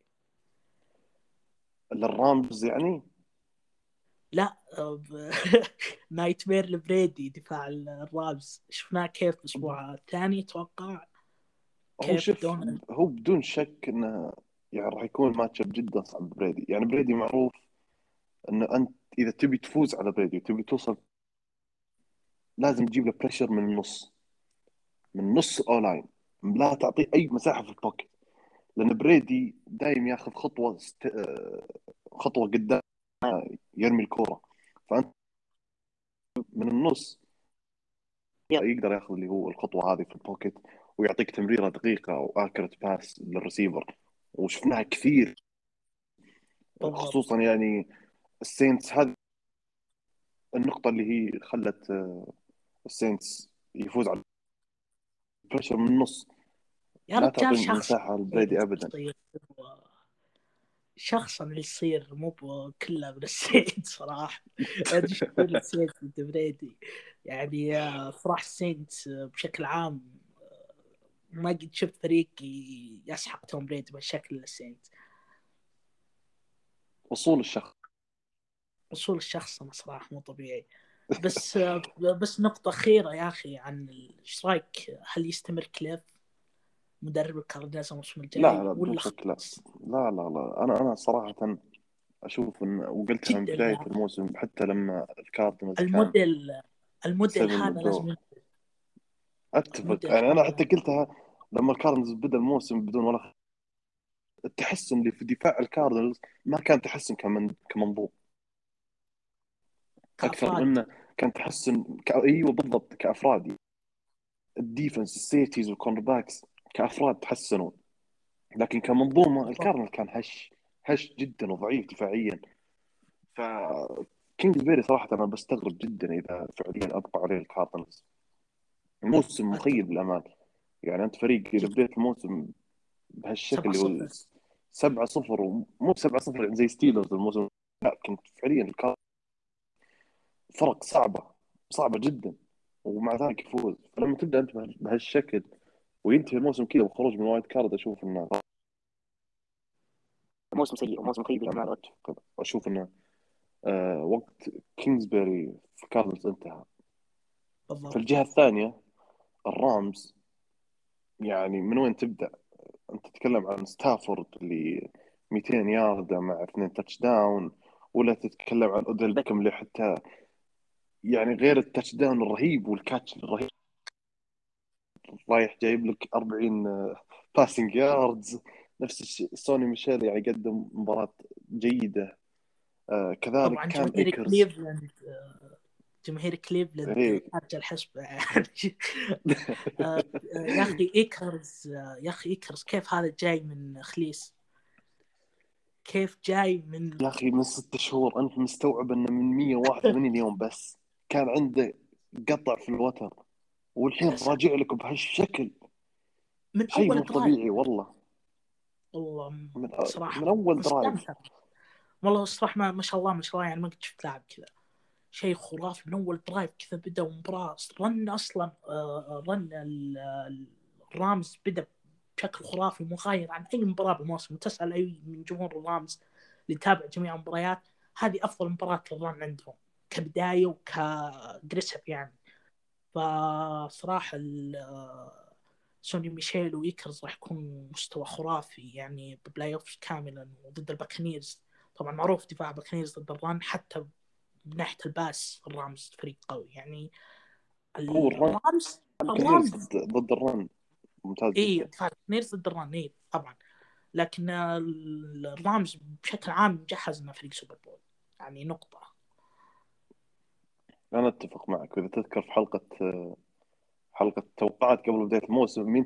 للرامز يعني لا نايت مير لبريدي دفاع الرابز. شفناه كيف الأسبوع الثاني أتوقع، هو كيف شوف دون. هو بدون شك انه يعني راح يكون ماتش اب جدا صعب بريدي. يعني بريدي معروف انه انت اذا تبي تفوز على بريدي وتبي توصل لازم تجيب له بريشر من النص، من نص اول لاين، لا تعطيه اي مساحه في البوكيت، لان بريدي دايم ياخذ خطوه است... آه، خطوه قدام يرمي الكوره. فانت من النص يقدر ياخذ اللي هو الخطوه هذه في البوكيت ويعطيك تمريره دقيقه او اكرت باس للريسيفر، وشفناها كثير. بالضبط. خصوصا يعني السينتس، هذه النقطه اللي هي خلت آه، السينتس يفوز على البريشر من النص. يا لا رجال تعطي شخص مساحه لبريدي ابدا. شخصا اللي يصير مو كله من السينت صراحة. ما أدري إيش تقول السينت من بريدي يعني. آه، صراحة السينت بشكل عام ما قد شفت فريق يسحق توم بريدي بالشكل السينت. اصول الشخص وصول الشخص أنا صراحة مو طبيعي. بس آه، بس نقطة أخيرة يا أخي عن إيش رأيك، هل يستمر كليف مدرب الكاردينالز الموسم لا الجاي لا بدون ولا شك لا. خلاص؟ لا لا لا انا انا صراحه اشوف ان، وقلتها من جدا بدايه لا. الموسم حتى لما الكاردينالز كان الموديل الموديل سبعة هذا دو. لازم ينتهي. اتفق الموديل يعني، انا حتى هذا قلتها لما الكاردينالز بدا الموسم بدون ولا التحسن اللي في دفاع الكاردينالز ما كان تحسن كمن كمنظوم اكثر كأفراد. منه، كان تحسن ك... ايوه بالضبط كافراد. الديفنس السيتيز والكورنر باكس كافراد تحسنوا، لكن كمنظومه بالضبط. الكاردينالز كان هش هش جدا وضعيف دفاعيا. ف كينجز بيري صراحه انا بستغرب جدا اذا فعليا ابقى عليه الكاردينالز. الموسم أتفق مخيب للامانه. يعني انت فريق اذا جدا. بديت الموسم بهالشكل سبعة اللي هو صفر سبعة صفر، ومو سبعة صفر يعني زي ستيلرز الموسم، لا كنت فعليا الكار فرق صعبة صعبة جدا ومع ذلك يفوز. فلما تبدأ أنت بهالشكل وينتهي الموسم كذا وخروج من وايد كارد، أشوف إنه موسم سيء وموسم خيب للأمانة. أتفق. أشوف إنه آه وقت كينغزبري في كاردنز انتهى. في بالضبط. الجهة الثانية الرامز، يعني من وين تبدأ؟ أنت تتكلم عن ستافورد اللي مئتين ياردة مع اثنين تاتش داون، ولا تتكلم عن أوديل بيكم اللي حتى يعني غير التاتش داون الرهيب والكاتش الرهيب رايح جايب لك أربعين باسنج ياردز. نفس الشيء سوني ميشيل يعني قدم مباراة جيدة. آه كذلك طبعا كام جماهير ايكرز. كليفلاند جماهير كليفلاند ايه خارج الحسبة يعني. آه، آه، يا أخي إيكرز، آه، يا أخي إيكرز كيف هذا جاي من خليس؟ كيف جاي من يا اخي من ست شهور انت مستوعب انه من مية وواحد وثمانين يوم بس كان عنده قطع في الوتر، والحين يا ساتر. راجع لك بهالشكل. من شيء أول مو درايف. طبيعي والله. والله م- من من صراحة اول درايف. انصدمت. والله الصراحة ما, ما شاء الله ما شاء الله يعني ما قد شفت لاعب كذا. شيء خرافي من أول درايف كذا. بدأ مباراة رن أصلا، آه، رن ال- ال- الرامز بدأ بشكل خرافي مغاير عن أي مباراة بالموسم. تسأل أي من جمهور الرامز اللي يتابع جميع المباريات، هذه أفضل مباراة للرن عندهم كبداية وكجريسب يعني. فصراحة ال- آه، سوني ميشيل وإيكرز راح يكون مستوى خرافي يعني ببلاي أوف كاملا وضد الباكنيرز. طبعا معروف دفاع باكنيرز ضد الرن، حتى من ناحية الباس الرامز فريق قوي يعني. هو الرن الرامز كنيرز الرامز ضد ضد الرن ممتاز اي جدا. دفاع باكنيرز ضد الرن اي طبعا. لكن الرامز بشكل عام مجهز انه فريق سوبر بول يعني نقطة. انا اتفق معك. واذا تذكر في حلقة حلقة توقعات قبل بداية الموسم مين؟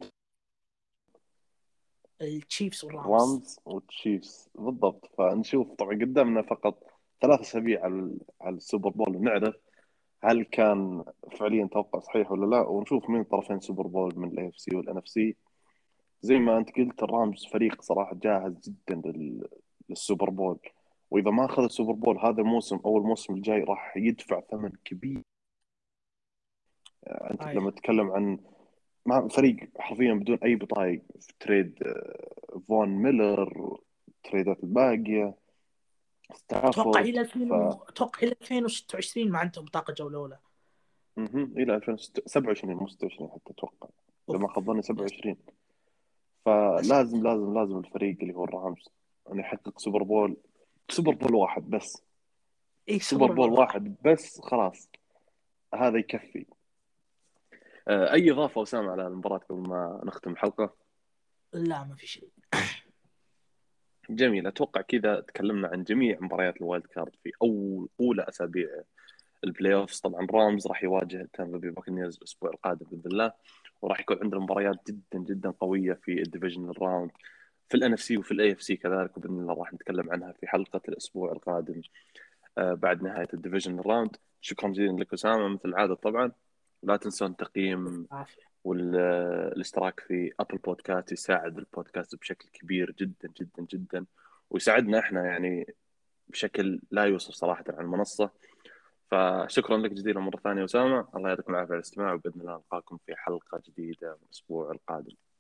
التشيفز والرامز. رامز والتشيفز بالضبط. فنشوف طبعا قدامنا فقط ثلاث اسابيع على على السوبر بول ونعرف هل كان فعليا توقع صحيح ولا لا، ونشوف مين طرفين سوبر بول من الاي اف سي والان اف سي. زي ما انت قلت الرامز فريق صراحه جاهز جدا لل- للسوبر بول، واذا ما اخذ السوبر بول هذا الموسم او الموسم الجاي راح يدفع ثمن كبير. انت صحيح. لما تتكلم عن مع فريق حرفيا بدون اي بطايق في تريد آه، فون ميلر، تريدات الباقيه، اتوقع ستافورد. الى ألفين ف و... اتوقع الى ألفين وستة وعشرين ما عندهم بطاقة جولة اولى. مهم. الى ألفين وسبعة وعشرين مو ستة وعشرين حتى اتوقع، اذا اوف. ما خاب ظني يا سبعة وعشرين. يا ساتر. فلازم لازم لازم الفريق اللي هو الرامز انه يحقق سوبر بول، سوبر بول واحد بس. اي سوبر سوبر بول بول واحد. واحد بس خلاص، هذا يكفي. آه، اي اضافه اسامه على المباراه قبل ما نختم الحلقه؟ لا ما في شيء. جميل. اتوقع كذا تكلمنا عن جميع مباريات الوايلد كارد في اول اولى اسابيع البلاي اوفز. طبعا رامز راح يواجه تامبا بي باكنيرز الاسبوع القادم باذن الله، وراح يكون عندنا مباريات جدا جدا قويه في الديفيجنال راوند في الان اف سي وفي الاي اف سي كذلك، وباذن الله راح نتكلم عنها في حلقه الاسبوع القادم آه، بعد نهايه الديفيجنال راوند. شكرا جزيلا لك اسامه مثل العاده. طبعا لا تنسون تقييم عافية. والاشتراك في ابل بودكاست، يساعد البودكاست بشكل كبير جدا جدا جدا. ويساعدنا احنا يعني بشكل لا يوصف صراحه على المنصه. فشكرا لك جزيلا مره ثانيه اسامه، الله يعطيكم العافيه على الاستماع، وباذن الله نلقاكم في حلقه جديده الاسبوع القادم.